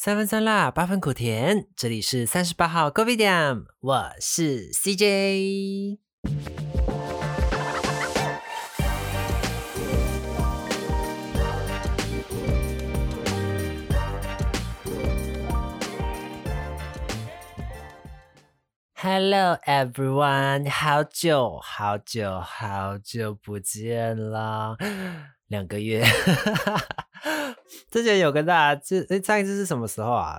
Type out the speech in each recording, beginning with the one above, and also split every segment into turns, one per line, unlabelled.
三分酸辣，八分苦甜，这里是38号 Covidium， 我是 CJ。Hello everyone， 好久不见了，2个月。之前有跟大家，上一次是什么时候啊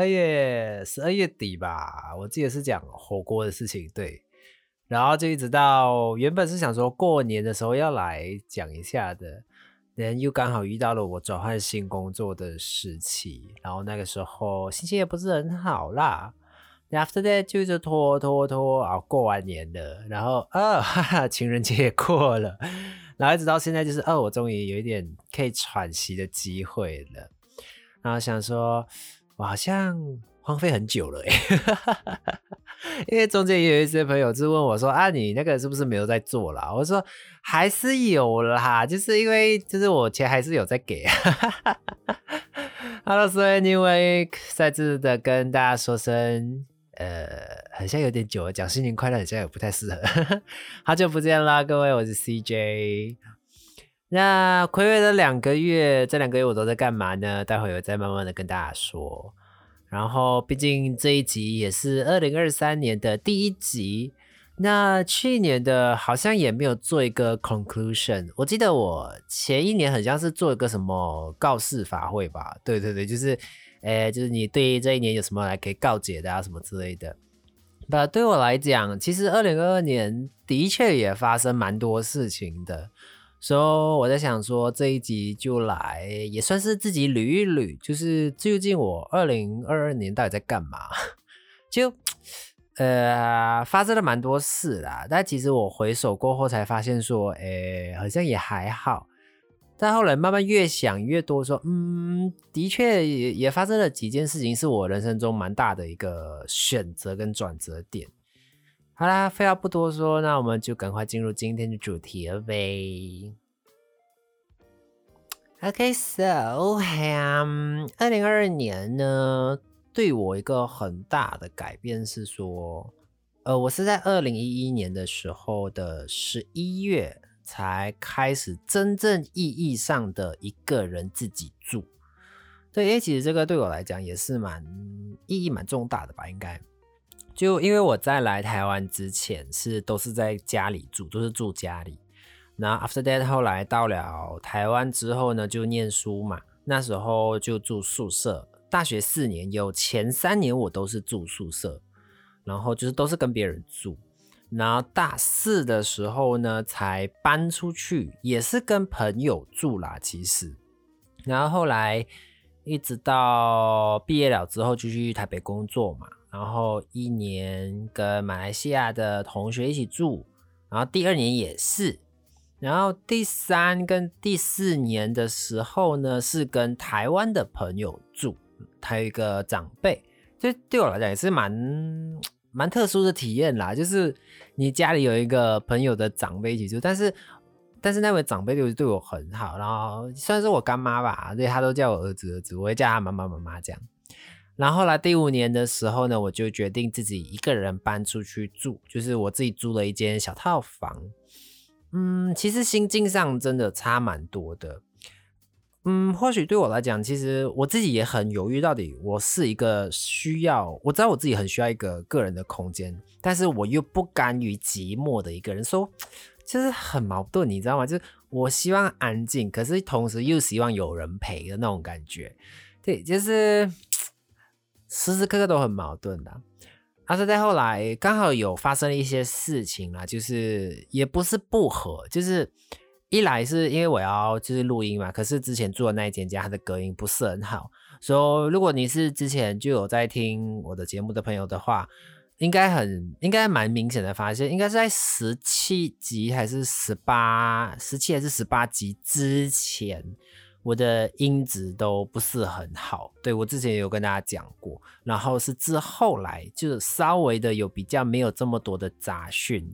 ？12月底吧，我记得是讲火锅的事情，对。然后就一直到原本是想说过年的时候要来讲一下的，但又刚好遇到了我转换新工作的时期，然后那个时候心情也不是很好啦。After that 就一直拖，过完年了，然后情人节也过了，然后一直到现在就是我终于有一点可以喘息的机会了，然后想说我好像荒废很久了因为中间也有一些朋友就问我说你那个是不是没有在做啦？我说还是有啦，就是因为就是我钱还是有在给Hello， 所以anyway， 再次的跟大家说声好像有点久了，讲新年快乐好像也不太适合好久不见啦各位，我是 CJ。 那睽违的2个月，这2个月我都在干嘛呢？待会我再慢慢的跟大家说。然后毕竟这一集也是2023年的第一集，那去年的好像也没有做一个 conclusion， 我记得我前一年很像是做一个什么告示法会吧，对，就是你对这一年有什么来可以告解的什么之类的。对我来讲，其实2022年的确也发生蛮多事情的，所以我在想说这一集就来也算是自己捋一捋，就是究竟我2022年到底在干嘛就发生了蛮多事啦，但其实我回首过后才发现说好像也还好，但后来慢慢越想越多说的确也发生了几件事情是我人生中蛮大的一个选择跟转折点。好啦，废话不多说，那我们就赶快进入今天的主题了呗。Okay, so 2022年呢对我一个很大的改变是说我是在2011年的时候的11月才开始真正意义上的一个人自己住。对，因为其实这个对我来讲也是意义蛮重大的吧，应该。就因为我在来台湾之前都是在家里住，都是住家里。那 after that 后来到了台湾之后呢，就念书嘛，那时候就住宿舍。大学4年有前3年我都是住宿舍，然后就是都是跟别人住。然后大4的时候呢才搬出去，也是跟朋友住啦其实。然后后来一直到毕业了之后就去台北工作嘛，然后1年跟马来西亚的同学一起住，然后第2年也是，然后第3跟第4年的时候呢是跟台湾的朋友住，还有一个长辈，就对我来讲也是蛮特殊的体验啦，就是你家里有一个朋友的长辈一起住，但是那位长辈对我很好，然后算是我干妈吧，所以他都叫我儿子，我会叫他妈妈这样。然后后来第5年的时候呢，我就决定自己一个人搬出去住，就是我自己租了一间小套房。其实心境上真的差蛮多的。或许对我来讲，其实我自己也很犹豫，到底我是一个我知道我自己很需要一个个人的空间，但是我又不甘于寂寞的一个人，说就是很矛盾，你知道吗？就是我希望安静，可是同时又希望有人陪的那种感觉。对，就是时时刻刻都很矛盾的。是在后来刚好有发生了一些事情啦，就是也不是不合，就是一来是因为我要就是录音嘛，可是之前住的那一间家它的隔音不是很好，所以如果你是之前就有在听我的节目的朋友的话，应该蛮明显的发现，应该是在17集还是17还是18集之前，我的音质都不是很好，对，我之前有跟大家讲过，然后是之后来就稍微的有比较没有这么多的杂讯。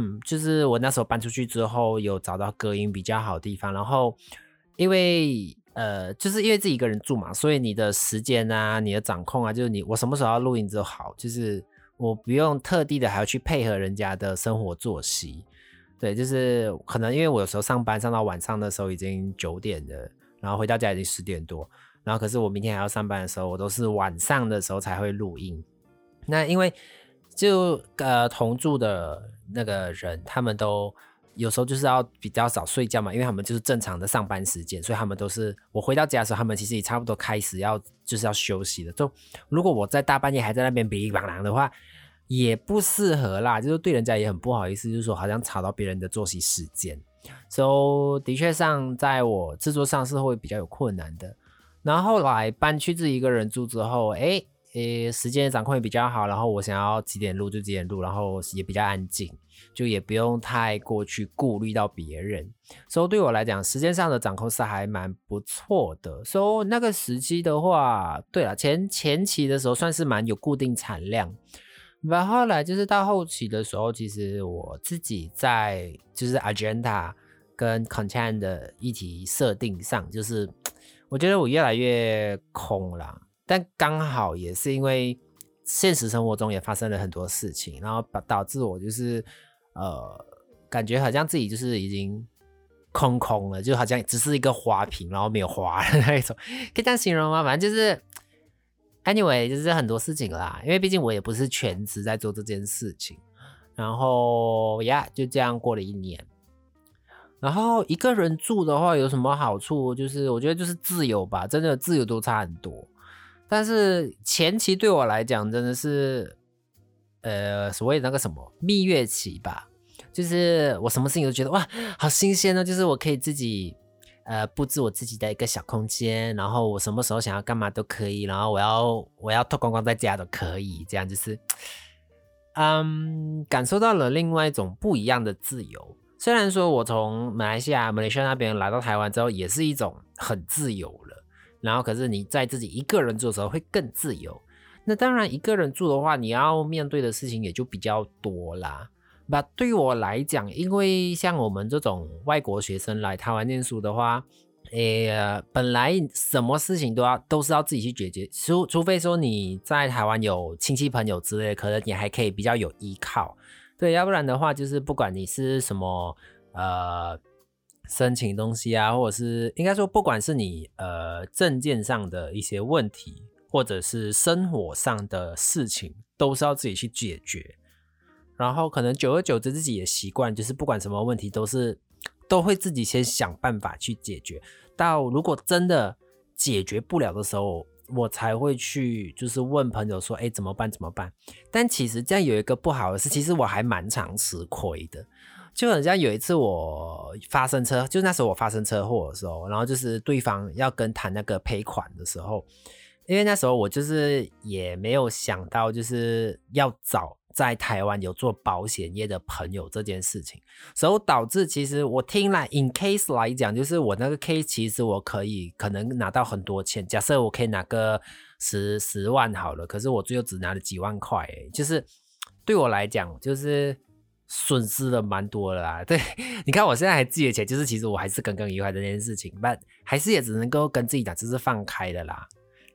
就是我那时候搬出去之后有找到隔音比较好的地方，然后因为就是因为自己一个人住嘛，所以你的时间啊，你的掌控啊，就是我什么时候要录音就好，就是我不用特地的还要去配合人家的生活作息。对，就是可能因为我有时候上班上到晚上的时候已经9点了，然后回到家已经10点多，然后可是我明天还要上班的时候，我都是晚上的时候才会录音。那因为同住的那个人，他们都有时候就是要比较早睡觉嘛，因为他们就是正常的上班时间，所以他们都是我回到家的时候，他们其实也差不多开始就是要休息了。就如果我在大半夜还在那边哔哩吧啦的话，也不适合啦，就是对人家也很不好意思，就是说好像吵到别人的作息时间。So 的确上在我制作上是会比较有困难的。然后后来搬去自己一个人住之后，时间的掌控也比较好，然后我想要几点录就几点录，然后也比较安静，就也不用太过去顾虑到别人。所以对我来讲，时间上的掌控是还蛮不错的。所以那个时期的话，对了，前期的时候算是蛮有固定产量。然后后来就是到后期的时候，其实我自己在就是 agenda 跟 content 的议题设定上，就是我觉得我越来越空啦。但刚好也是因为现实生活中也发生了很多事情，然后导致我就是感觉好像自己就是已经空了，就好像只是一个花瓶，然后没有花的那一种，可以这样形容吗？反正就是 anyway 就是很多事情啦，因为毕竟我也不是全职在做这件事情，然后就这样过了1年。然后一个人住的话有什么好处？就是我觉得就是自由吧，真的自由都差很多。但是前期对我来讲真的是所谓的那个什么蜜月期吧，就是我什么事情都觉得哇好新鲜哦，就是我可以自己布置我自己的一个小空间，然后我什么时候想要干嘛都可以，然后我要脱光光在家都可以，这样就是感受到了另外一种不一样的自由。虽然说我从马来西亚那边来到台湾之后也是一种很自由了，然后可是你在自己一个人住的时候会更自由。那当然一个人住的话，你要面对的事情也就比较多啦。对于我来讲，因为像我们这种外国学生来台湾念书的话，本来什么事情都是要自己去解决，除非说你在台湾有亲戚朋友之类的，可能你还可以比较有依靠。对，要不然的话就是不管你是什么申请东西啊，或者是应该说不管是你证件上的一些问题，或者是生活上的事情，都是要自己去解决。然后可能久而久之自己也习惯，就是不管什么问题都会自己先想办法去解决，到如果真的解决不了的时候，我才会去就是问朋友说怎么办。但其实这样有一个不好的是，其实我还蛮常吃亏的。就很像有一次我就是那时候我发生车祸的时候，然后就是对方要跟谈那个赔款的时候，因为那时候我就是也没有想到就是要找在台湾有做保险业的朋友这件事情，所以导致其实我听来 in case 来讲，就是我那个 case 其实我可能拿到很多钱，假设我可以拿个10万好了，可是我最后只拿了几万块，就是对我来讲就是损失了蛮多的啦。对，你看我现在还记得起来，就是其实我还是耿耿于怀的那件事情，但还是也只能够跟自己讲，就是放开的啦。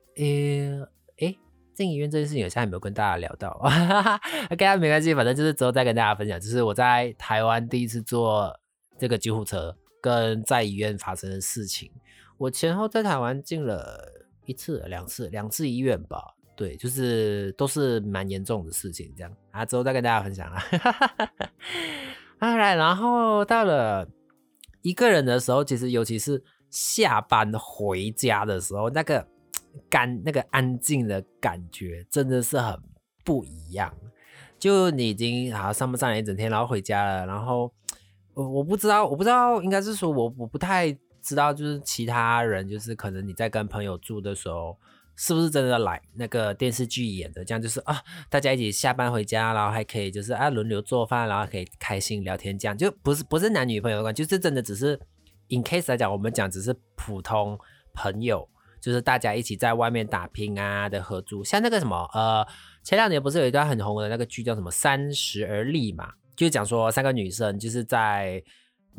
进医院这件事情，我现在还没有跟大家聊到，OK， 没关系，反正就是之后再跟大家分享，就是我在台湾第一次坐这个救护车，跟在医院发生的事情。我前后在台湾进了两次医院吧，对，就是都是蛮严重的事情，这样之后再跟大家分享啦。然后到了一个人的时候，其实尤其是下班回家的时候，那个安静的感觉真的是很不一样。就你已经上班了一整天，然后回家了，然后我不知道，应该是说我不太知道，就是其他人，就是可能你在跟朋友住的时候，是不是真的来那个电视剧演的，这样就是大家一起下班回家，然后还可以就是轮流做饭，然后可以开心聊天，这样就不是男女朋友的关系，就是真的只是 in case 来讲，我们讲只是普通朋友，就是大家一起在外面打拼的合租。像那个什么前2年不是有一段很红的那个剧叫什么《30而立》嘛，就是讲说3个女生就是在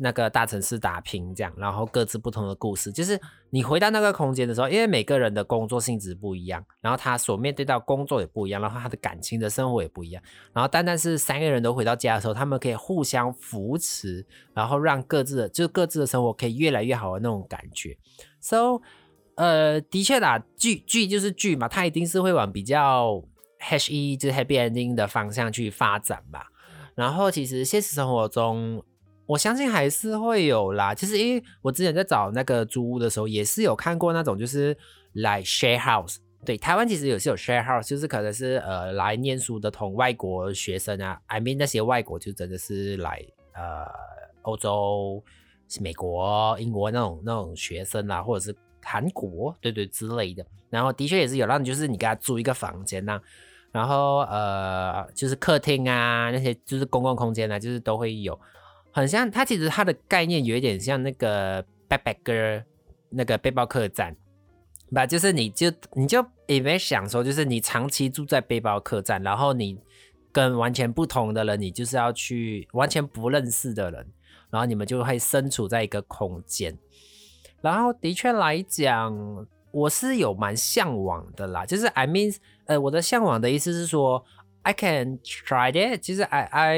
那个大城市打拼这样，然后各自不同的故事，就是你回到那个空间的时候，因为每个人的工作性质不一样，然后他所面对到工作也不一样，然后他的感情的生活也不一样，然后单单是3个人都回到家的时候，他们可以互相扶持，然后让各自的生活可以越来越好的那种感觉。So的确啦，剧就是剧嘛，它一定是会往比较 HE 就是 happy ending 的方向去发展吧。然后其实现实生活中我相信还是会有啦，就是因为我之前在找那个租屋的时候也是有看过那种就是来 share house， 对，台湾其实也是有 share house， 就是可能是来念书的同外国学生啊 I mean 那些外国就真的是来欧洲、美国、英国那种学生啦，或者是韩国对之类的，然后的确也是有让就是你给他租一个房间啊，然后就是客厅啊那些就是公共空间啊，就是都会有，很像它其实它的概念有一点像那个 backpacker 那个背包客栈吧，就是你就也没想说就是你长期住在背包客栈，然后你跟完全不同的人，你就是要去完全不认识的人，然后你们就会身处在一个空间，然后的确来讲我是有蛮向往的啦，就是 I mean 我的向往的意思是说 I can try it， 其实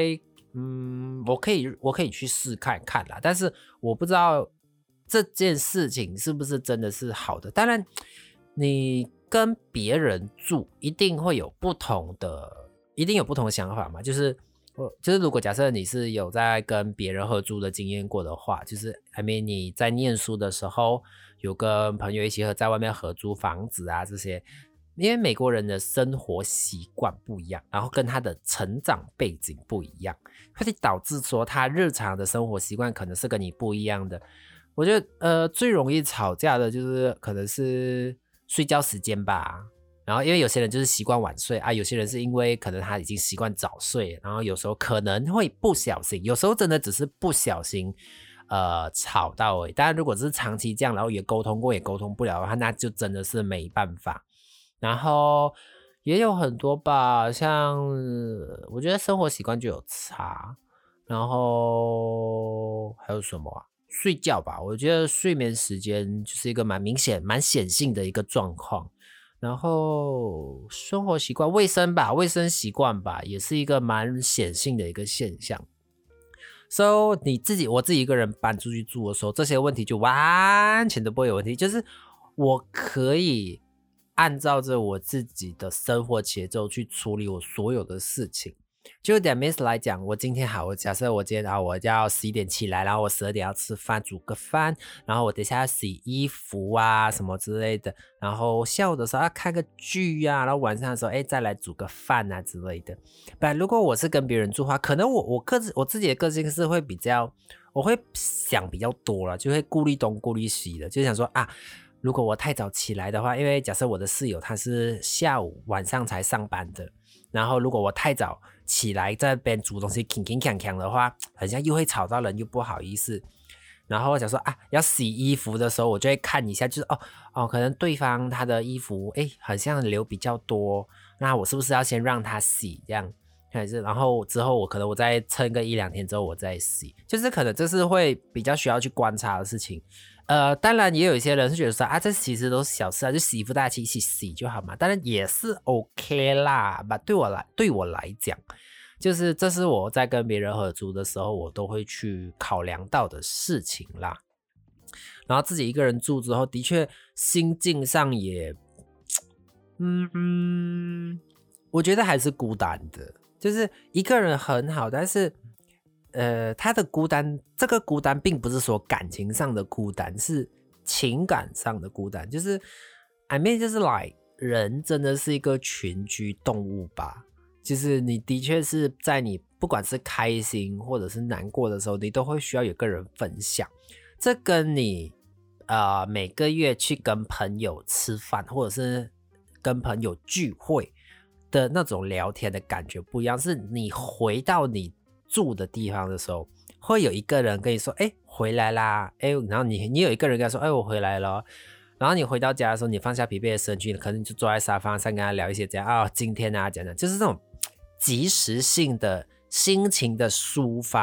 我可以去试看看啦，但是我不知道这件事情是不是真的是好的。当然你跟别人住一定有不同的想法嘛，就是如果假设你是有在跟别人合租的经验过的话，就是 I mean 你在念书的时候有跟朋友一起在外面合租房子啊这些，因为美国人的生活习惯不一样，然后跟他的成长背景不一样，会导致说他日常的生活习惯可能是跟你不一样的。我觉得最容易吵架的就是可能是睡觉时间吧，然后因为有些人就是习惯晚睡啊，有些人是因为可能他已经习惯早睡，然后有时候可能会不小心，有时候真的只是不小心吵到而已。当然如果是长期这样，然后也沟通过也沟通不了的话，那就真的是没办法。然后也有很多吧，像我觉得生活习惯就有差，然后还有什么啊？睡觉吧，我觉得睡眠时间就是一个蛮明显蛮显性的一个状况。然后生活习惯卫生吧，卫生习惯吧，也是一个蛮显性的一个现象。So 我自己一个人搬出去住的时候，这些问题就完全都不会有问题，就是我可以按照着我自己的生活节奏去处理我所有的事情。就点 means 来讲，我今天假设我今天我要11点起来，然后我12点要吃饭，煮个饭，然后我等一下要洗衣服啊什么之类的，然后下午的时候要看个剧啊，然后晚上的时候再来煮个饭啊之类的。不然如果我是跟别人住的话，可能我自己的个性是会比较，我会想比较多了，就会顾虑东顾虑西的，就想说啊，如果我太早起来的话，因为假设我的室友他是下午晚上才上班的，然后如果我太早起来在那边煮东西铿铿锵锵的话，好像又会吵到人，又不好意思。然后我想说啊，要洗衣服的时候，我就会看一下，就是可能对方他的衣服好像流比较多，那我是不是要先让他洗这样？还是然后之后我再撑个1-2天之后我再洗，就是可能这是会比较需要去观察的事情。当然也有一些人是觉得说啊，这其实都是小事啊，就洗衣服大家一起洗就好嘛。当然也是 OK 啦，吧？对我来讲，就是这是我在跟别人合租的时候，我都会去考量到的事情啦。然后自己一个人住之后，的确心境上也，我觉得还是孤单的。就是一个人很好，但是他的孤单，这个孤单并不是说感情上的孤单，是情感上的孤单。就是I mean 就是人真的是一个群居动物吧，就是你的确是在你不管是开心或者是难过的时候，你都会需要有个人分享。这跟你每个月去跟朋友吃饭或者是跟朋友聚会的那种聊天的感觉不一样，是你回到你住的地方的时候，会有一个人跟你说回来啦，然后你有一个人跟他说我回来了，然后你回到家的时候，你放下疲惫的身躯，可能就坐在沙发上跟他聊一些这样今天啊讲讲，就是这种即时性的心情的抒发，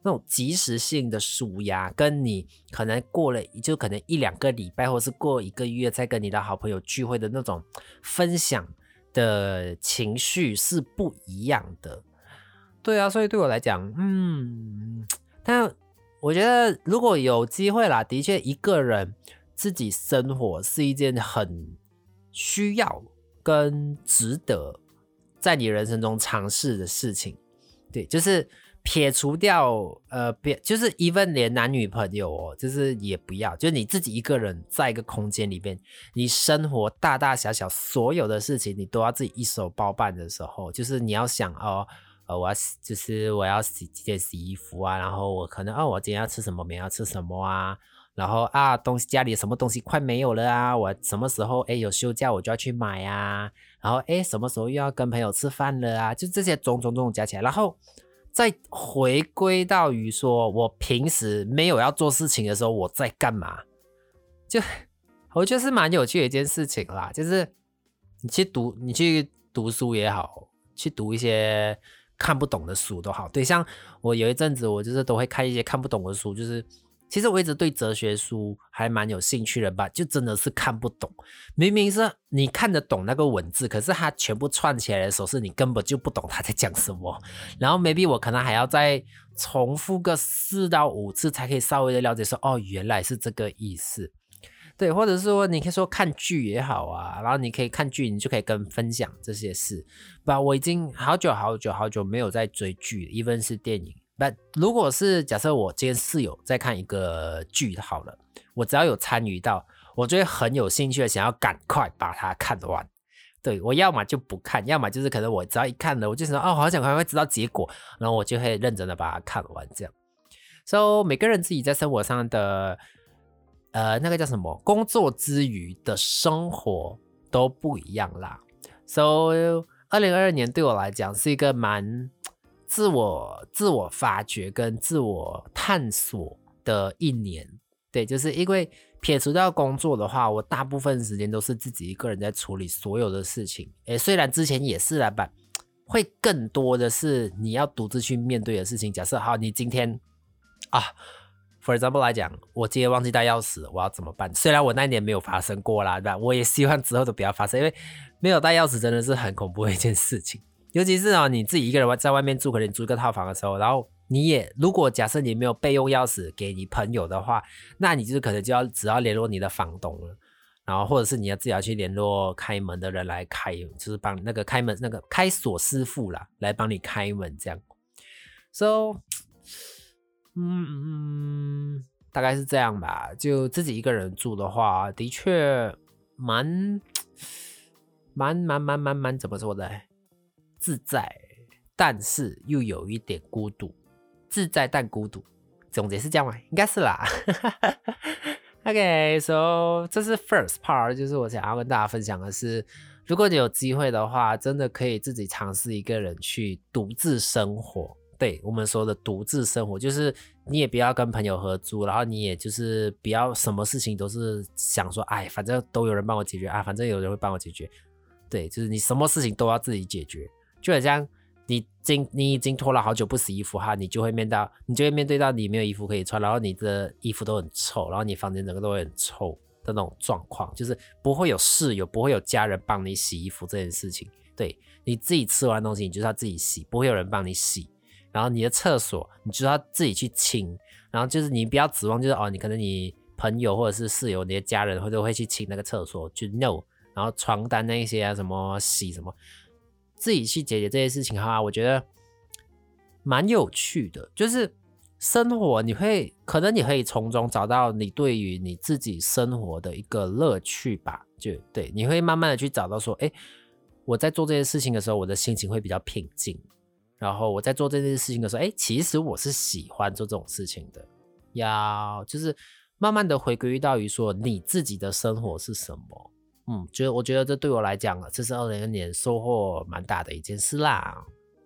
那种即时性的抒压，跟你可能过了就可能1-2个礼拜，或是过1个月再跟你的好朋友聚会的那种分享的情绪是不一样的。对啊，所以对我来讲，但我觉得如果有机会啦，的确一个人自己生活是一件很需要跟值得在你人生中尝试的事情。对，就是撇除掉就是 even 连男女朋友就是也不要，就是你自己一个人在一个空间里面，你生活大大小小所有的事情你都要自己一手包办的时候，就是你要想我要几点洗衣服啊，然后我可能我今天要吃什么，明天要吃什么啊，然后家里什么东西快没有了啊，我什么时候有休假我就要去买啊，然后什么时候又要跟朋友吃饭了啊，就这些种种加起来，然后再回归到于说我平时没有要做事情的时候我在干嘛，就我觉得是蛮有趣的一件事情啦，就是你去读书也好，去读一些看不懂的书都好。对，像我有一阵子我就是都会看一些看不懂的书，就是其实我一直对哲学书还蛮有兴趣的吧，就真的是看不懂，明明是你看得懂那个文字，可是它全部串起来的时候是你根本就不懂他在讲什么，然后 maybe 我可能还要再重复个4到5次才可以稍微的了解说原来是这个意思。对，或者是说你可以说看剧也好啊，然后你可以看剧，你就可以跟分享这些事。我已经好久没有在追剧了 even 是电影。如果是假设我今天室友在看一个剧好了，我只要有参与到，我就会很有兴趣的想要赶快把它看完。对，我要么就不看，要么就是可能我只要一看了，我就想好想快快知道结果，然后我就会认真的把它看完这样。So 每个人自己在生活上的那个叫什么工作之余的生活都不一样啦。So 2022年对我来讲是一个蛮自我发掘跟自我探索的一年。对，就是因为撇除掉工作的话，我大部分时间都是自己一个人在处理所有的事情。虽然之前也是啦，会更多的是你要独自去面对的事情。假设好，你今天for example 来讲，我今天忘记带钥匙，我要怎么办？虽然我那一年没有发生过啦，我也希望之后都不要发生，因为没有带钥匙真的是很恐怖的一件事情。尤其是你自己一个人在外面住，可能你租一个套房的时候，然后如果假设你没有备用钥匙给你朋友的话，那你就是可能只要联络你的房东了，然后或者是你要自己要去联络开门的人来开，就是帮那个开门那个开锁师傅啦，来帮你开门这样。So大概是这样吧。就自己一个人住的话，的确蛮怎么说的，自在，但是又有一点孤独。自在但孤独，总结是这样吗？应该是啦。OK， so 这是 first part， 就是我想要跟大家分享的是，如果你有机会的话，真的可以自己尝试一个人去独自生活。对，我们说的独自生活，就是你也不要跟朋友合租，然后你也就是不要什么事情都是想说反正都有人帮我解决反正有人会帮我解决。对，就是你什么事情都要自己解决，就很像你已经拖了好久不洗衣服你就会面对到你没有衣服可以穿，然后你的衣服都很臭，然后你房间整个都会很臭的那种状况，就是不会有室友，不会有家人帮你洗衣服这件事情。对，你自己吃完东西你就是要自己洗，不会有人帮你洗。然后你的厕所你就要自己去清，然后就是你不要指望就是你可能你朋友或者是室友你的家人都会去清那个厕所，就 no， 然后床单那些什么洗什么，自己去解决这些事情我觉得蛮有趣的。就是生活可能你可以从中找到你对于你自己生活的一个乐趣吧，就对，你会慢慢的去找到说我在做这些事情的时候我的心情会比较平静，然后我在做这件事情的时候其实我是喜欢做这种事情的。就是慢慢的回归到于说你自己的生活是什么。我觉得这对我来讲这是2022年收获蛮大的一件事啦。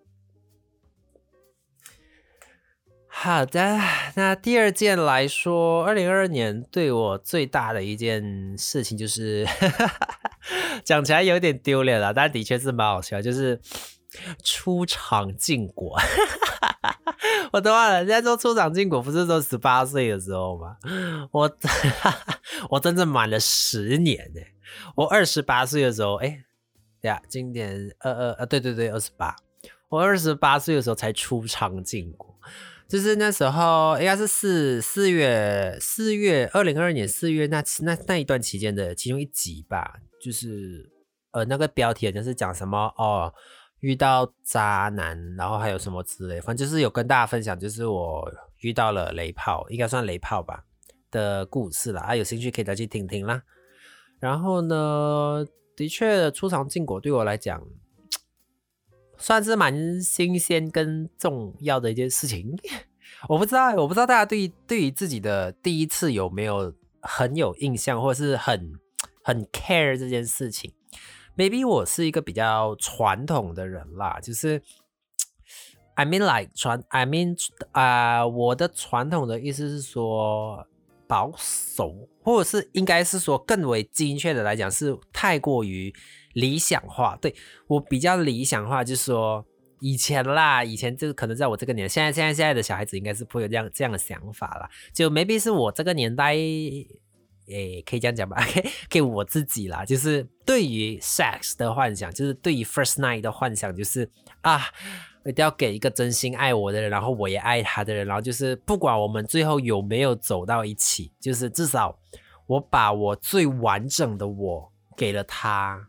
好的，那第二件来说，2022年对我最大的一件事情就是讲起来有点丢脸啦，但的确是蛮好笑，就是出场禁果。 我都忘了，人家说出场禁果不是说18岁的时候吗？我真正满了10年呢。我28岁的时候，今年对28，我28岁的时候才出场禁果，就是那时候应该是4月2022年4月那一段期间的其中一集吧，就是那个标题好像是讲什么遇到渣男，然后还有什么之类，反正就是有跟大家分享，就是我遇到了雷炮，应该算雷炮吧的故事啦，有兴趣可以再去听听啦。然后呢，的确出场禁果对我来讲算是蛮新鲜跟重要的一件事情。我不知道大家对于自己的第一次有没有很有印象，或者是很 care 这件事情。Maybe 我是一个比较传统的人啦，就是I mean 我的传统的意思是说保守，或者是应该是说更为精确的来讲是太过于理想化。对，我比较理想化，就是说以前就可能在我这个年代，现在的小孩子应该是不会有这样的想法啦。就 maybe 是我这个年代。可以这样讲吧，给我自己啦，就是对于 sex 的幻想，就是对于 first night 的幻想，就是一定要给一个真心爱我的人，然后我也爱他的人，然后就是不管我们最后有没有走到一起，就是至少我把我最完整的我给了他。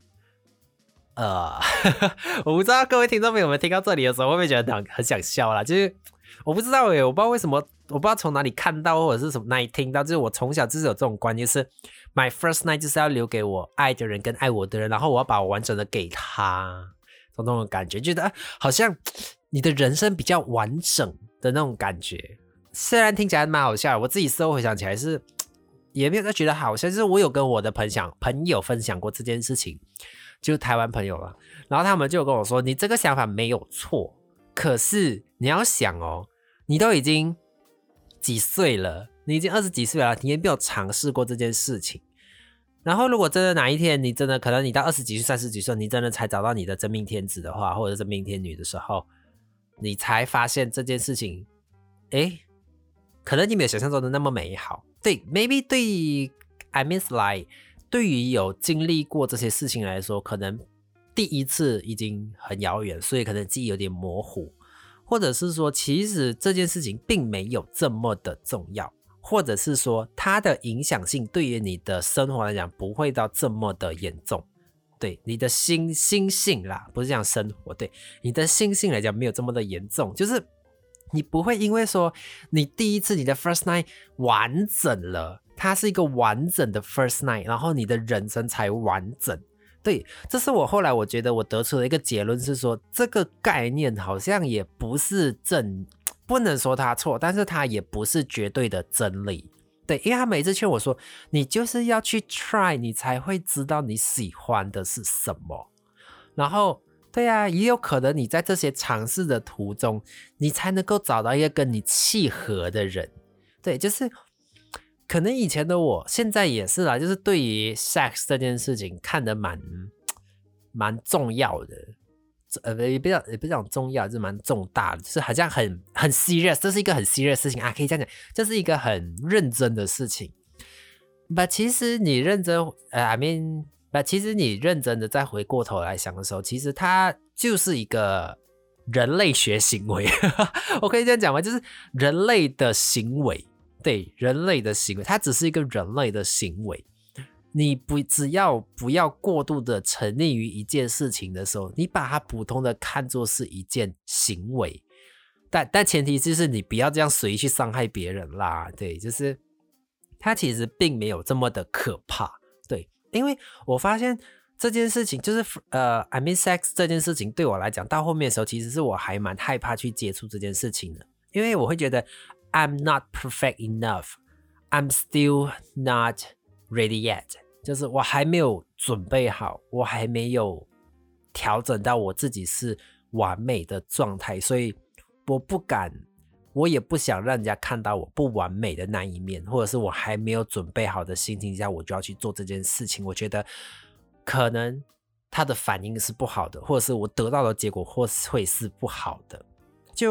我不知道各位听众朋友们听到这里的时候会不会觉得很想笑啦，就是我不知道我不知道为什么，我不知道从哪里看到或者是什么哪里听到，就是我从小就是有这种观念，是 my first night 就是要留给我爱的人跟爱我的人，然后我要把我完整的给他，这种感觉，觉得好像你的人生比较完整的那种感觉。虽然听起来蛮好笑的，我自己事后回想起来是也没有觉得好笑，就是我有跟我的朋友分享过这件事情，就是台湾朋友了，然后他们就有跟我说，你这个想法没有错，可是你要想你都已经几岁了，你已经20几岁了，你也没有尝试过这件事情。然后如果真的哪一天你真的可能你到20几岁30几岁，你真的才找到你的真命天子的话，或者真命天女的时候，你才发现这件事情可能你没有想象中的那么美好。对 maybe 对于 I mean like 对于有经历过这些事情来说，可能第一次已经很遥远，所以可能记忆有点模糊，或者是说其实这件事情并没有这么的重要，或者是说它的影响性对于你的生活来讲不会到这么的严重。对你的心性啦，不是讲生活，对你的心性来讲没有这么的严重，就是你不会因为说你第一次你的 first night 完整了，它是一个完整的 first night， 然后你的人生才完整。对，这是我后来我觉得我得出的一个结论，是说这个概念好像也不是不能说它错，但是它也不是绝对的真理。对，因为他每次劝我说你就是要去 try 你才会知道你喜欢的是什么，然后对啊，也有可能你在这些尝试的途中你才能够找到一个跟你契合的人。对，就是可能以前的我现在也是啦，就是对于 sex 这件事情看得蛮重要的，也不是讲重要，就是蛮重大的，就是好像很 serious， 这是一个很 serious 的事情啊，可以这样讲，这是一个很认真的事情。But 其实你认真其实你认真的再回过头来想的时候，其实它就是一个人类学行为我可以这样讲吗？就是人类的行为，对，人类的行为，它只是一个人类的行为。你只要不要过度的沉溺于一件事情的时候，你把它普通的看作是一件行为，但前提就是你不要这样随意去伤害别人啦。对，就是它其实并没有这么的可怕。对，因为我发现这件事情就是I mean sex 这件事情对我来讲，到后面的时候其实是我还蛮害怕去接触这件事情的，因为我会觉得 I'm not perfect enough, I'm still not ready yet， 就是我还没有准备好，我还没有调整到我自己是完美的状态，所以我不敢，我也不想让人家看到我不完美的那一面，或者是我还没有准备好的心情下我就要去做这件事情，我觉得可能他的反应是不好的，或者是我得到的结果会是不好的。就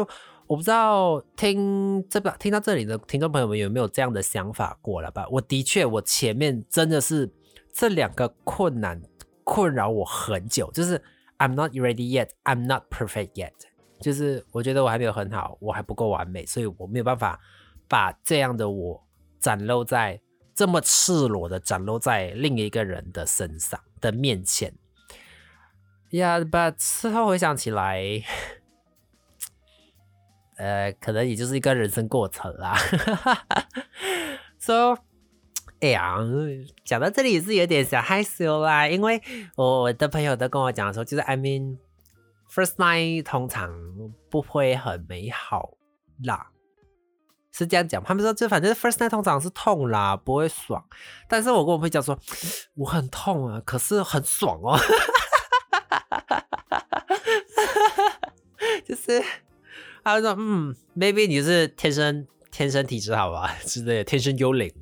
我不知道听到这里的听众朋友们有没有这样的想法过了吧？我的确，我前面真的是这2个困难困扰我很久，就是 I'm not ready yet, I'm not perfect yet， 就是我觉得我还没有很好，我还不够完美，所以我没有办法把这样的我展露在这么赤裸的展露在另一个人的身上的面前。but 事后回想起来，可能也就是一个人生过程啦。So， 哎呀，讲到这里也是有点小害羞啦，因为我的朋友都跟我讲说，就是 I mean first night 通常不会很美好啦，是这样讲。他们说就反正 first night 通常是痛啦，不会爽。但是我跟我朋友讲说，我很痛啊，可是很爽哦。就是他说maybe 你就是天生体质好吧之类的，天生幽灵。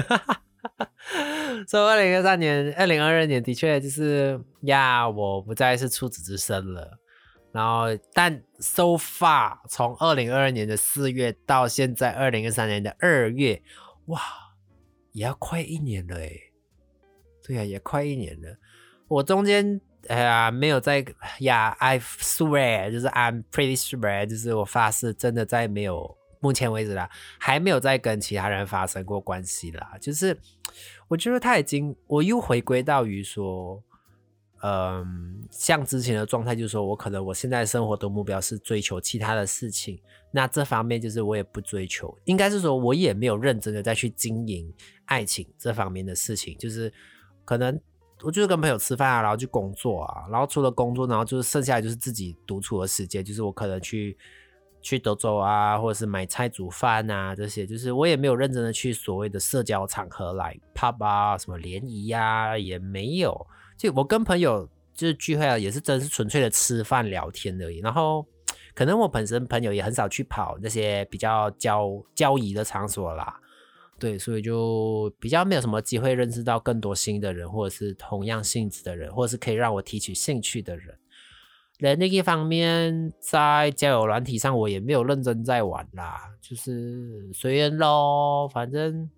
所以2022年的确就是我不再是处子之身了。然后但 so far 从2022年的4月到现在2023年的2月，哇，也要快1年了耶。对啊，也快1年了。我中间没有在I swear 就是 I'm pretty sure 就是我发誓真的在没有目前为止啦，还没有再跟其他人发生过关系啦。就是我觉得我又回归到于说像之前的状态，就是说我现在生活的目标是追求其他的事情，那这方面就是我也不追求，应该是说我也没有认真的再去经营爱情这方面的事情，就是可能我就是跟朋友吃饭啊，然后去工作啊，然后除了工作，然后就是剩下来就是自己独处的时间，就是我可能去走走啊，或者是买菜煮饭啊，这些就是我也没有认真的去所谓的社交场合来 pub 啊，什么联谊啊也没有，就我跟朋友就是聚会啊，也是真是纯粹的吃饭聊天而已。然后可能我本身朋友也很少去跑那些比较交谊的场所啦，对，所以就比较没有什么机会认识到更多新的人，或者是同样性质的人，或者是可以让我提起兴趣的人。另一方面，在交友软体上我也没有认真在玩啦，就是随缘咯，反正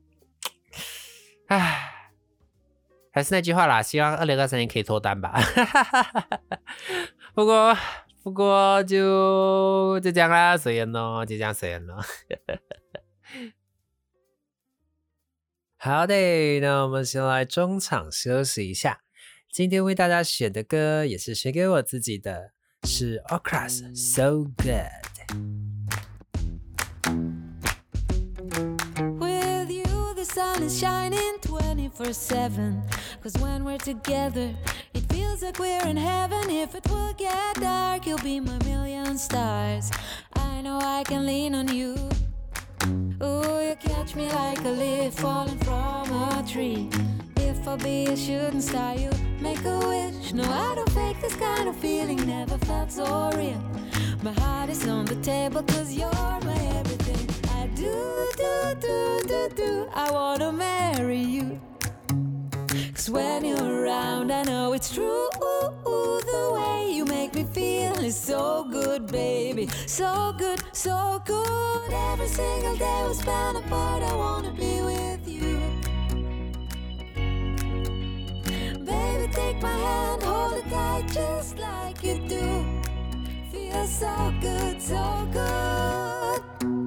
还是那句话啦，希望2023年可以脱单吧。不过就这样啦，随缘咯，就这样随缘咯。好的，那我们先来中场休息一下。今天为大家选的歌也是选给我自己的，是 Okras So Good。With
you the sun is shining 24/7, cause when we're together it feels like we're in heaven. If it will get dark, you'll be my million stars. I know I can lean on you. Ooh, you catch me like a leaf falling from a tree. If I'll be a shooting star, you make a wish. No, I don't fake this kind of feeling, never felt so real. My heart is on the table, cause you're my everything. I do, I wanna marry you. Cause when you're around, I know it's true. The way you make me feel is so good, baby. So good, so good. Every single day we spend apart, I wanna be with you. Baby, take my hand, hold it tight just like you do. Feels so good, so good.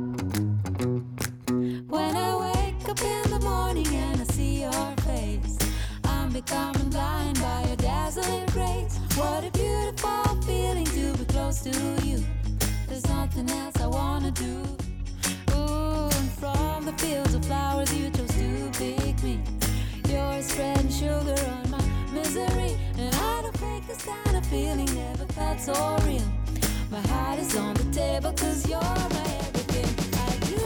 When I wake up in the morning and I see your face, I'm becoming blind by your dazzling grace. What a beautiful feeling to be close to you. There's nothing else I wanna do. Ooh, and from the fields of flowers you chose to pick me. You're spreading sugar on my misery, and I don't fake this kind of feeling, never felt so real. My heart is on the table, cause you're my everything. I do,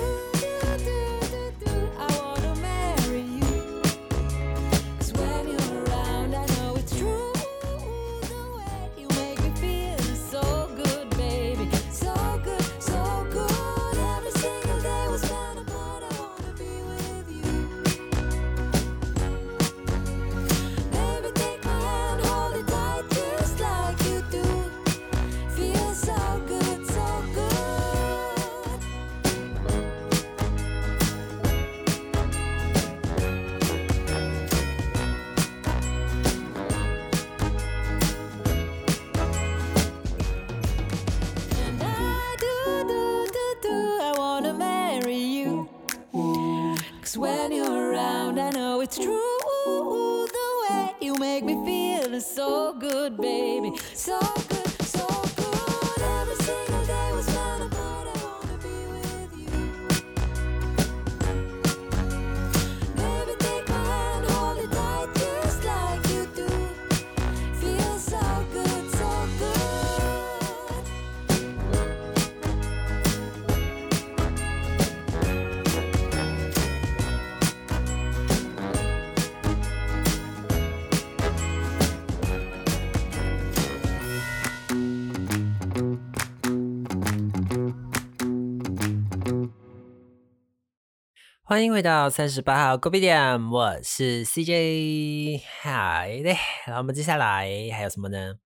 I wanna marry you. Cause when you're around, I know it's true. The way you make me feel is so good, baby. So good, so good. Every single day we spend apart, I wanna be with you. Baby, take my hand, hold it tight just like you do. Feels so good, so good. it's true the way you make me feel so good, baby. So good, so good. Every single day was spent apart. I wanna be with you. Baby, take my hand, hold it tight just like you do. Feels so good, so good.
欢迎回到38号 Kobe 点，我是 CJ。嗨，对，然后我们接下来还有什么呢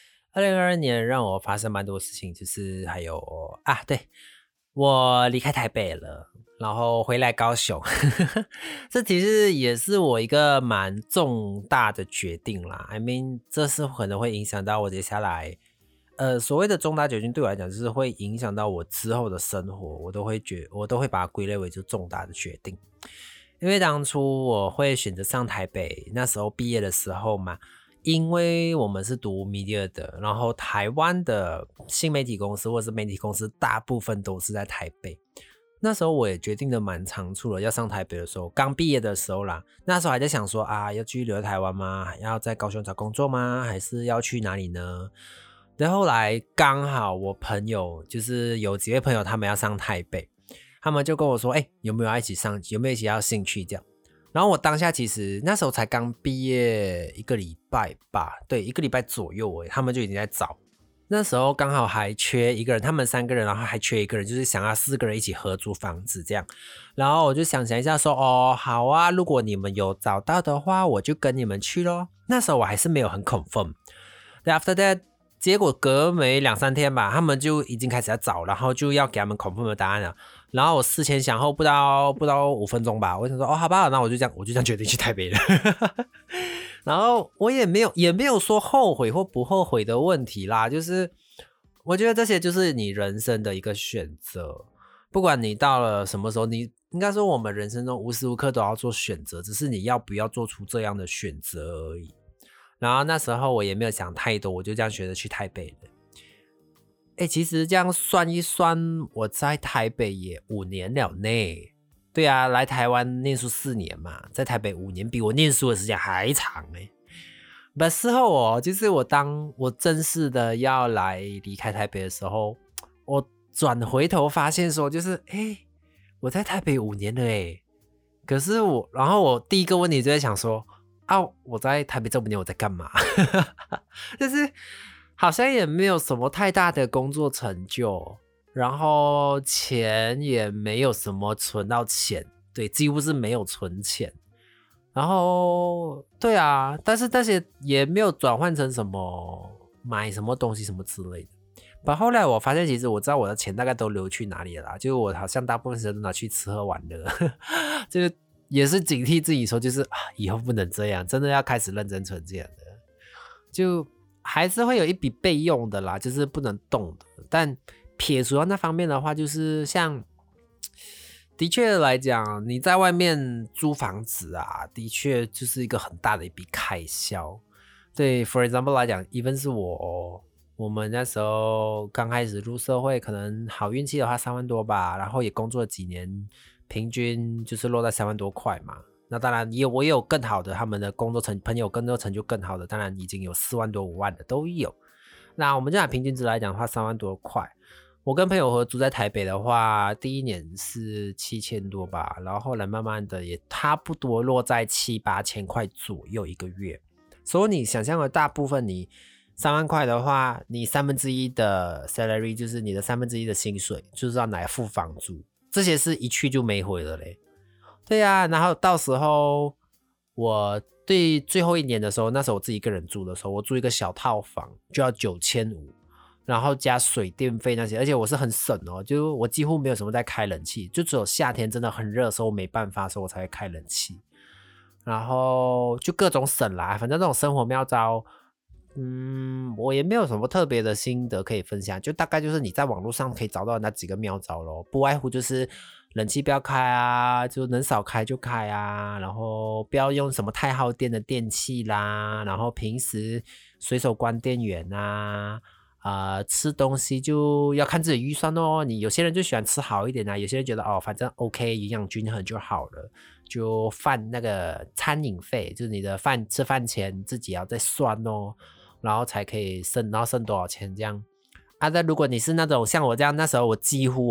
？2022年让我发生蛮多事情，就是还有对，我离开台北了，然后回来高雄。这其实也是我一个蛮重大的决定啦。I mean， 这是可能会影响到我接下来。所谓的重大决定对我来讲，就是会影响到我之后的生活，我都会把它归类为就重大的决定。因为当初我会选择上台北，那时候毕业的时候嘛，因为我们是读 media 的，然后台湾的新媒体公司或者是媒体公司大部分都是在台北。那时候我也决定的蛮仓促了，要上台北的时候，刚毕业的时候啦，那时候还在想说要继续留在台湾吗？要在高雄找工作吗？还是要去哪里呢？然后后来刚好我朋友就是有几位朋友他们要上台北，他们就跟我说有没有一起要兴趣这样。然后我当下其实那时候才刚毕业1个礼拜吧，对，1个礼拜左右他们就已经在找。那时候刚好还缺一个人，他们3个人，然后还缺一个人，就是想要4个人一起合租房子这样。然后我就想一下说好啊，如果你们有找到的话我就跟你们去咯。那时候我还是没有很 confirm。 After that结果隔没2-3天吧，他们就已经开始在找，然后就要给他们 confirm 的答案了。然后我思前想后不到5分钟吧，我想说好吧，那我就这样决定去台北了。然后我也没有说后悔或不后悔的问题啦，就是我觉得这些就是你人生的一个选择，不管你到了什么时候，你应该说我们人生中无时无刻都要做选择，只是你要不要做出这样的选择而已。然后那时候我也没有想太多，我就这样选择去台北了。其实这样算一算，我在台北也5年了呢。对啊，来台湾念书4年嘛，在台北5年，比我念书的时间还长不，事后就是当我正式的要来离开台北的时候，我转回头发现说，就是我在台北5年了可是然后我第一个问题就在想说我在台北这5年我在干嘛？就是好像也没有什么太大的工作成就，然后钱也没有什么存到钱，对，几乎是没有存钱。然后对啊，但是那些也没有转换成什么买什么东西什么之类的。但后来我发现，其实我知道我的钱大概都流去哪里了啦，就是我好像大部分时间都拿去吃喝玩乐，就是也是警惕自己说，就是以后不能这样，真的要开始认真存钱的。就还是会有一笔备用的啦，就是不能动的。但撇除到那方面的话，就是像的确来讲，你在外面租房子的确就是一个很大的一笔开销。对 ，for example 来讲 ，even 是我们那时候刚开始入社会，可能好运气的话3万多吧，然后也工作了几年，平均就是落在3万多块嘛。那当然我也有更好的，他们的朋友工作成就更好的，当然已经有4万多5万的都有。那我们就拿平均值来讲的话，3万多块。我跟朋友合租在台北的话，第1年是7000多吧，然后后来慢慢的也差不多落在7-8千块左右一个月。所以你想象的大部分，你3万块的话，你1/3的 salary 就是你的1/3的薪水，就是要拿来付房租，这些是一去就没回了嘞。对啊，然后到时候我对最后1年的时候，那时候我自己一个人住的时候，我住一个小套房就要9500，然后加水电费那些，而且我是很省就我几乎没有什么在开冷气，就只有夏天真的很热的时候没办法的时候我才会开冷气，然后就各种省啦，反正这种生活妙招我也没有什么特别的心得可以分享，就大概就是你在网络上可以找到那几个妙招咯，不外乎就是冷气不要开啊，就能少开就开啊，然后不要用什么太耗电的电器啦，然后平时随手关电源啊，吃东西就要看自己预算哦。你有些人就喜欢吃好一点啊，有些人觉得反正 OK 营养均衡就好了。就那个餐饮费，就是你的吃饭钱自己要再算哦，然后才可以然后剩多少钱这样。但如果你是那种像我这样，那时候我几乎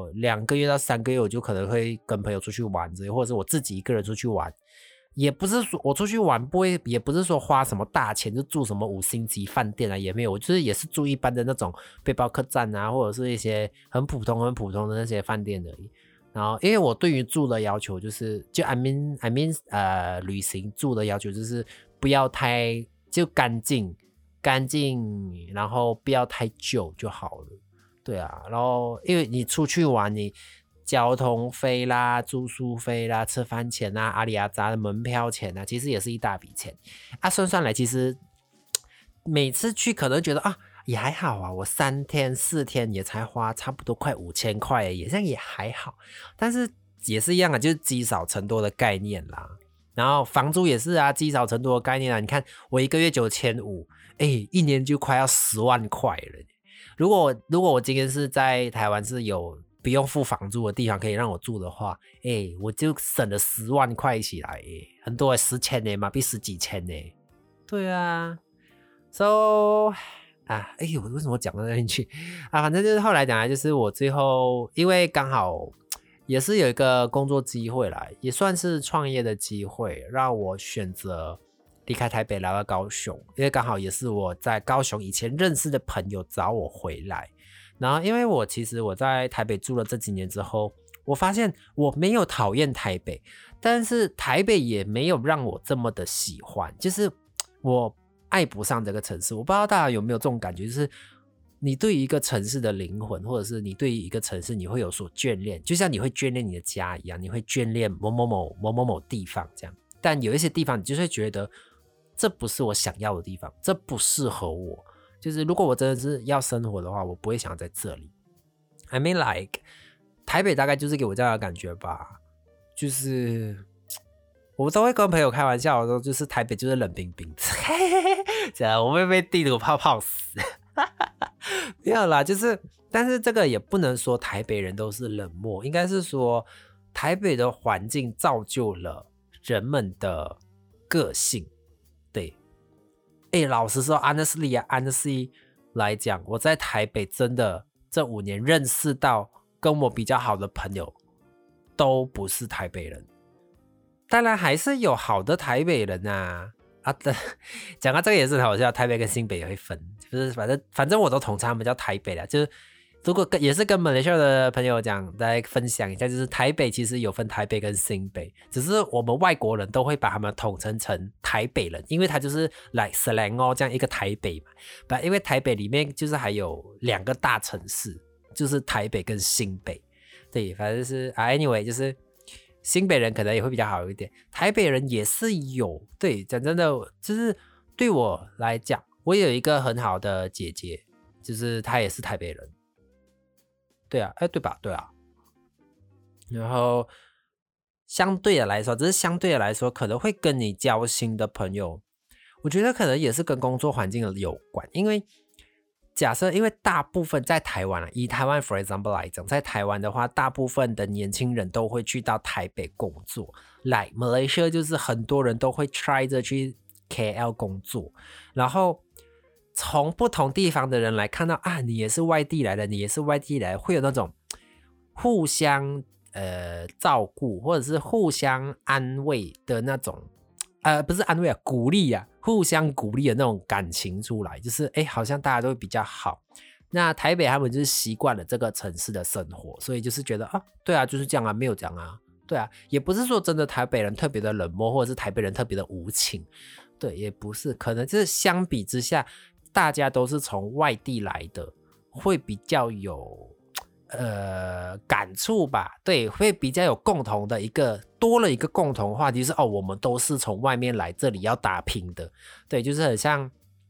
2个月到3个月，我就可能会跟朋友出去玩之类，或者是我自己一个人出去玩。也不是说我出去玩也不是说花什么大钱就住什么5星级饭店啊，也没有，我就是也是住一般的那种背包客栈啊，或者是一些很普通的那些饭店而已。然后因为我对于住的要求就是I mean 旅行住的要求就是不要太就干净，然后不要太旧就好了。对啊，然后因为你出去玩，你交通费啦、住宿费啦、吃饭钱啊、阿里阿扎的门票钱啊，其实也是一大笔钱算来其实每次去可能觉得也还好啊，我3天4天也才花差不多快5000块而已，这样也还好。但是也是一样啊，就是积少成多的概念啦。然后房租也是啊，积少成多的概念啊。你看我1个月9500，一年就快要10万块了。如果我今天是在台湾是有不用付房租的地方可以让我住的话，我就省了10万块起来，很多10千呢嘛，比10几千呢。对啊 ，so。我为什么讲到那边去反正就是后来讲来，就是我最后因为刚好也是有一个工作机会啦，也算是创业的机会，让我选择离开台北来到高雄，因为刚好也是我在高雄以前认识的朋友找我回来。然后因为其实我在台北住了这几年之后，我发现我没有讨厌台北，但是台北也没有让我这么的喜欢，就是我爱不上这个城市。我不知道大家有没有这种感觉，就是你对于一个城市的灵魂，或者是你对于一个城市你会有所眷恋，就像你会眷恋你的家一样，你会眷恋某某地方这样。但有一些地方你就是会觉得这不是我想要的地方，这不适合我，就是如果我真的是要生活的话，我不会想要在这里。I mean like 台北大概就是给我这样的感觉吧，就是我都会跟朋友开玩笑说，就是台北就是冷冰冰这样我会被地图炮泡死没有啦，就是但是这个也不能说台北人都是冷漠，应该是说台北的环境造就了人们的个性。对，老实说 honestly 来讲，我在台北真的这5年认识到跟我比较好的朋友都不是台北人，当然还是有好的台北人讲到这个也是很好笑，台北跟新北也会分，就是反正我都统称他们叫台北啦。就是如果也是跟马来西亚的朋友讲，再分享一下，就是台北其实有分台北跟新北，只是我们外国人都会把他们统称成台北人，因为他就是like slang 这样一个台北嘛。因为台北里面就是还有2个大城市，就是台北跟新北。对，反正是anyway 就是新北人可能也会比较好一点，台北人也是有。对，讲真的，就是对我来讲，我有一个很好的姐姐，就是她也是台北人。对啊，对吧？对啊。然后相对的来说，只是相对的来说，可能会跟你交心的朋友，我觉得可能也是跟工作环境有关。因为假设，因为大部分在台湾以台湾 for example 来讲，在台湾的话，大部分的年轻人都会去到台北工作。来 Malaysia 就是很多人都会 try 着去 KL 工作，然后从不同地方的人来看到你也是外地来的，你也是外地来的，会有那种互相照顾或者是互相安慰的那种不是安慰鼓励互相鼓励的那种感情出来，就是好像大家都会比较好。那台北他们就是习惯了这个城市的生活，所以就是觉得对啊，就是这样没有这样对啊，也不是说真的台北人特别的冷漠，或者是台北人特别的无情，对，也不是，可能就是相比之下，大家都是从外地来的，会比较有感触吧。对，会比较有共同的多了一个共同话题，就是我们都是从外面来这里要打拼的。对，就是很像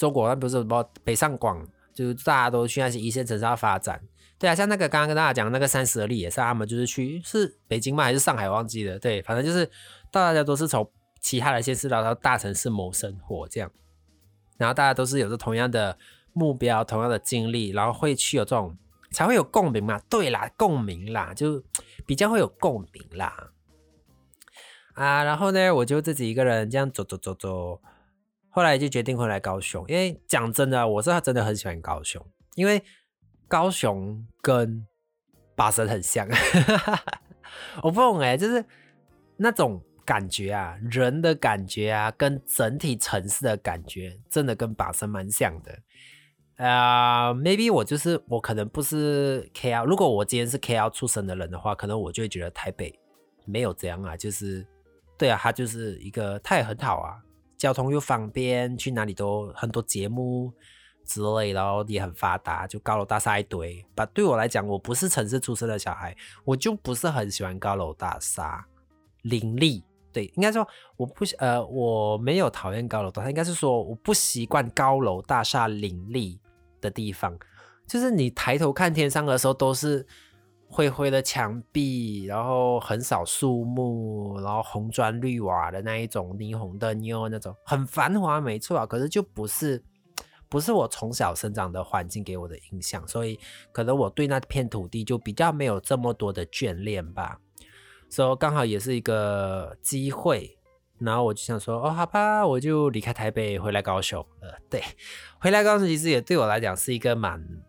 中国那不是什么北上广，就是大家都去那些一线城市要发展。对啊，像那个刚刚跟大家讲那个30而立也是他们就是去是北京吗还是上海忘记了，对，反正就是大家都是从其他的县市来到大城市谋生活这样，然后大家都是有着同样的目标同样的经历，然后会去有这种才会有共鸣嘛，对啦，共鸣啦，就比较会有共鸣啦啊。然后呢我就自己一个人这样走，后来就决定回来高雄，因为讲真的我是真的很喜欢高雄，因为高雄跟巴生很像我不懂就是那种感觉啊，人的感觉啊，跟整体城市的感觉真的跟巴生蛮像的。maybe 我可能不是 KL， 如果我今天是 KL 出生的人的话，可能我就会觉得台北没有这样啊，就是对啊，它就是一个它也很好啊，交通又方便，去哪里都很多节目之类，然后也很发达，就高楼大厦一堆。但对我来讲，我不是城市出生的小孩，我就不是很喜欢高楼大厦林立。对，应该说我没有讨厌高楼大厦，应该是说我不习惯高楼大厦林立的地方。就是你抬头看天上的时候，都是灰灰的墙壁，然后很少树木，然后红砖绿瓦的那一种霓虹灯哟，那种很繁华没错啊，可是就不是我从小生长的环境给我的印象，所以可能我对那片土地就比较没有这么多的眷恋吧。所以刚好也是一个机会，然后我就想说好吧，我就离开台北回来高雄了。对，回来高雄其实也对我来讲是一个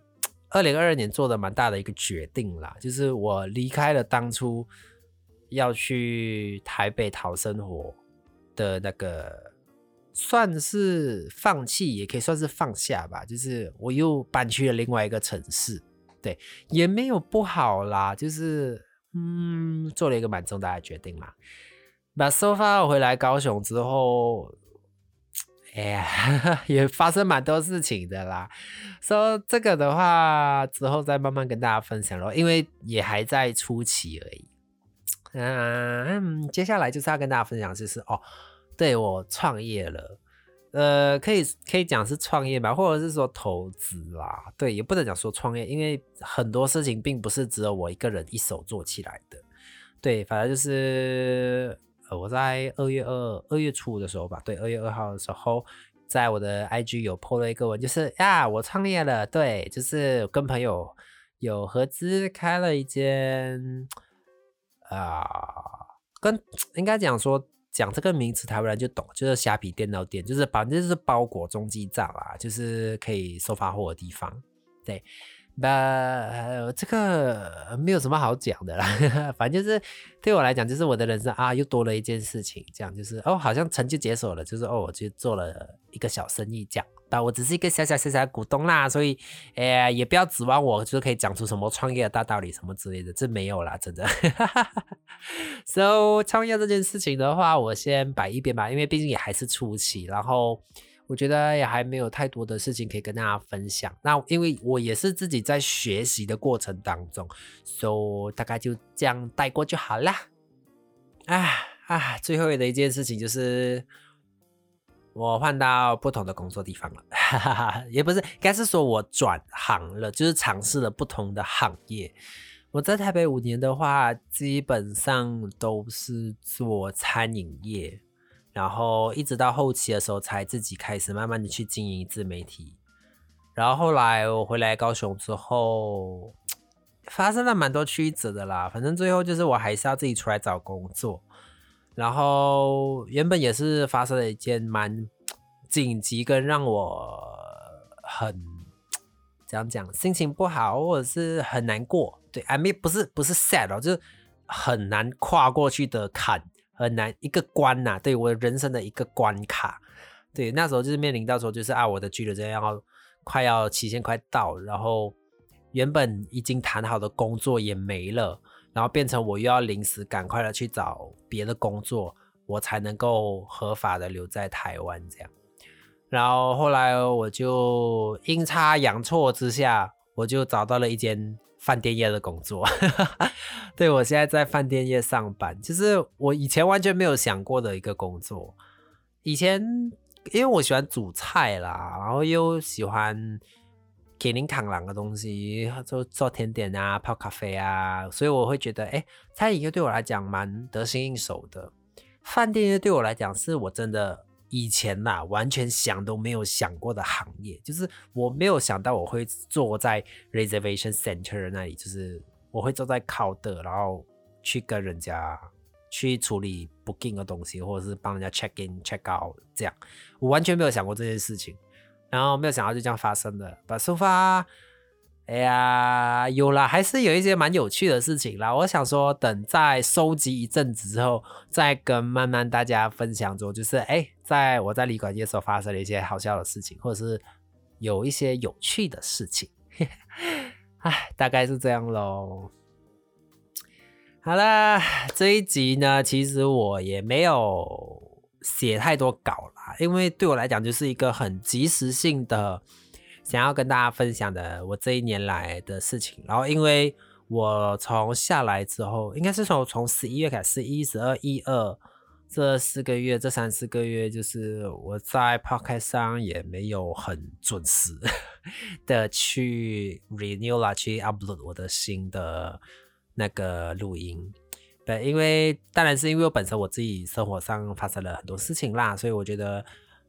2022年做的蛮大的一个决定啦，就是我离开了当初要去台北讨生活的那个，算是放弃也可以算是放下吧，就是我又搬去了另外一个城市。对，也没有不好啦，就是做了一个蛮重大的决定啦。把so far 我回来高雄之后，也发生蛮多事情的啦。所以这个的话之后再慢慢跟大家分享咯，因为也还在初期而已。接下来就是要跟大家分享就是对，我创业了。可以讲是创业吧，或者是说投资啦。对，也不能讲说创业，因为很多事情并不是只有我一个人一手做起来的。对，反正就是我在2月初的时候吧，对，2月2号的时候，在我的 IG 有 po 了一个文，就是我创业了。对，就是跟朋友有合资开了一间应该讲说讲这个名词台湾人就懂，就是虾皮电脑店，就是反正就是包裹中继站啦，就是可以收发货的地方。对，这个没有什么好讲的啦反正就是对我来讲，就是我的人生又多了一件事情，这样就是好像成就解锁了，就是我就做了一个小生意这样。但我只是一个小的股东啦，所以也不要指望我就是可以讲出什么创业的大道理什么之类的，这没有啦，真的So 创业这件事情的话，我先摆一边吧，因为毕竟也还是初期，然后我觉得也还没有太多的事情可以跟大家分享。那因为我也是自己在学习的过程当中，所以大概就这样带过就好啦。最后的一件事情就是我换到不同的工作地方了也不是，应该是说我转行了，就是尝试了不同的行业。我在台北5年的话，基本上都是做餐饮业，然后一直到后期的时候才自己开始慢慢的去经营自媒体。然后后来我回来高雄之后，发生了蛮多曲折的啦，反正最后就是我还是要自己出来找工作。然后原本也是发生了一件蛮紧急跟让我很这样讲心情不好或者是很难过，对，I mean 不是 sad 就是很难跨过去的坎，很难一个关啊，对，我人生的一个关卡。对，那时候就是面临到说就是我的居留证快要期限快到，然后原本已经谈好的工作也没了，然后变成我又要临时赶快的去找别的工作，我才能够合法的留在台湾这样。然后后来我就阴差阳错之下，我就找到了一间饭店业的工作对，我现在在饭店业上班，就是我以前完全没有想过的一个工作。以前因为我喜欢煮菜啦，然后又喜欢给您扛狼的东西，做甜点啊，泡咖啡啊，所以我会觉得餐饮业对我来讲蛮得心应手的。饭店业对我来讲是我真的以前啦完全想都没有想过的行业，就是我没有想到我会坐在 reservation center 那里，就是我会坐在 counter 然后去跟人家去处理 booking 的东西，或者是帮人家 check in check out 这样，我完全没有想过这件事情，然后没有想到就这样发生了。But so far 有啦，还是有一些蛮有趣的事情啦。我想说等再收集一阵子之后，再跟慢慢大家分享说，就是在我在旅馆业的时候发生了一些好笑的事情，或者是有一些有趣的事情大概是这样咯。好啦，这一集呢其实我也没有写太多稿啦，因为对我来讲就是一个很即时性的想要跟大家分享的我这一年来的事情。然后因为我从下来之后，应该是从11月开始，11、12、12这3、4个月，就是我在 podcast 上也没有很准时的去 renew 啦，去 upload 我的新的那个录音。对，当然是因为我本身我自己生活上发生了很多事情啦，所以我觉得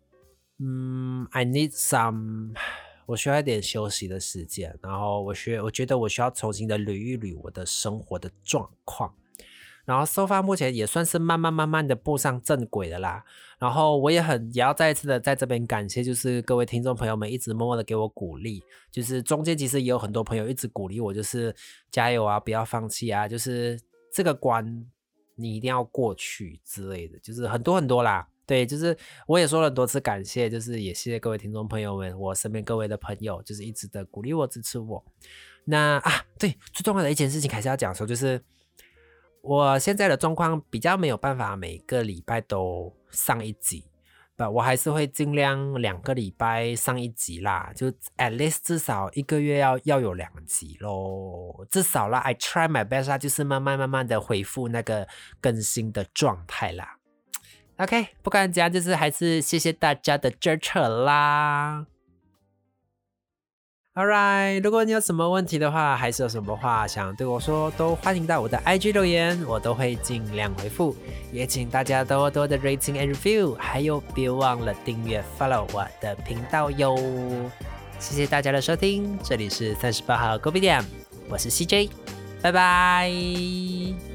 I need some， 我需要一点休息的时间，然后我觉得我需要重新的捋一捋我的生活的状况。然后 so far 目前也算是慢慢的步上正轨的啦。然后我也要再一次的在这边感谢，就是各位听众朋友们一直默默的给我鼓励，就是中间其实也有很多朋友一直鼓励我，就是加油啊，不要放弃啊，就是这个关你一定要过去之类的，就是很多啦。对，就是我也说了很多次感谢，就是也谢谢各位听众朋友们，我身边各位的朋友，就是一直的鼓励我支持我。那对，最重要的一件事情还是要讲说，就是我现在的状况比较没有办法每个礼拜都上一集，我还是会尽量2个礼拜上一集啦，就 at least 至少1个月要有2集咯，至少啦 I try my best 啦，就是慢慢的恢复那个更新的状态啦。OK， 不管怎样，就是还是谢谢大家的支持啦。Alright， 如果你有什么问题的话，还是有什么话想对我说，都欢迎到我的 IG 留言，我都会尽量回复。也请大家多多的 rating and review， 还有别忘了订阅 follow 我的频道哟。谢谢大家的收听，这里是38号 Kopitiam， 我是 CJ， 拜拜。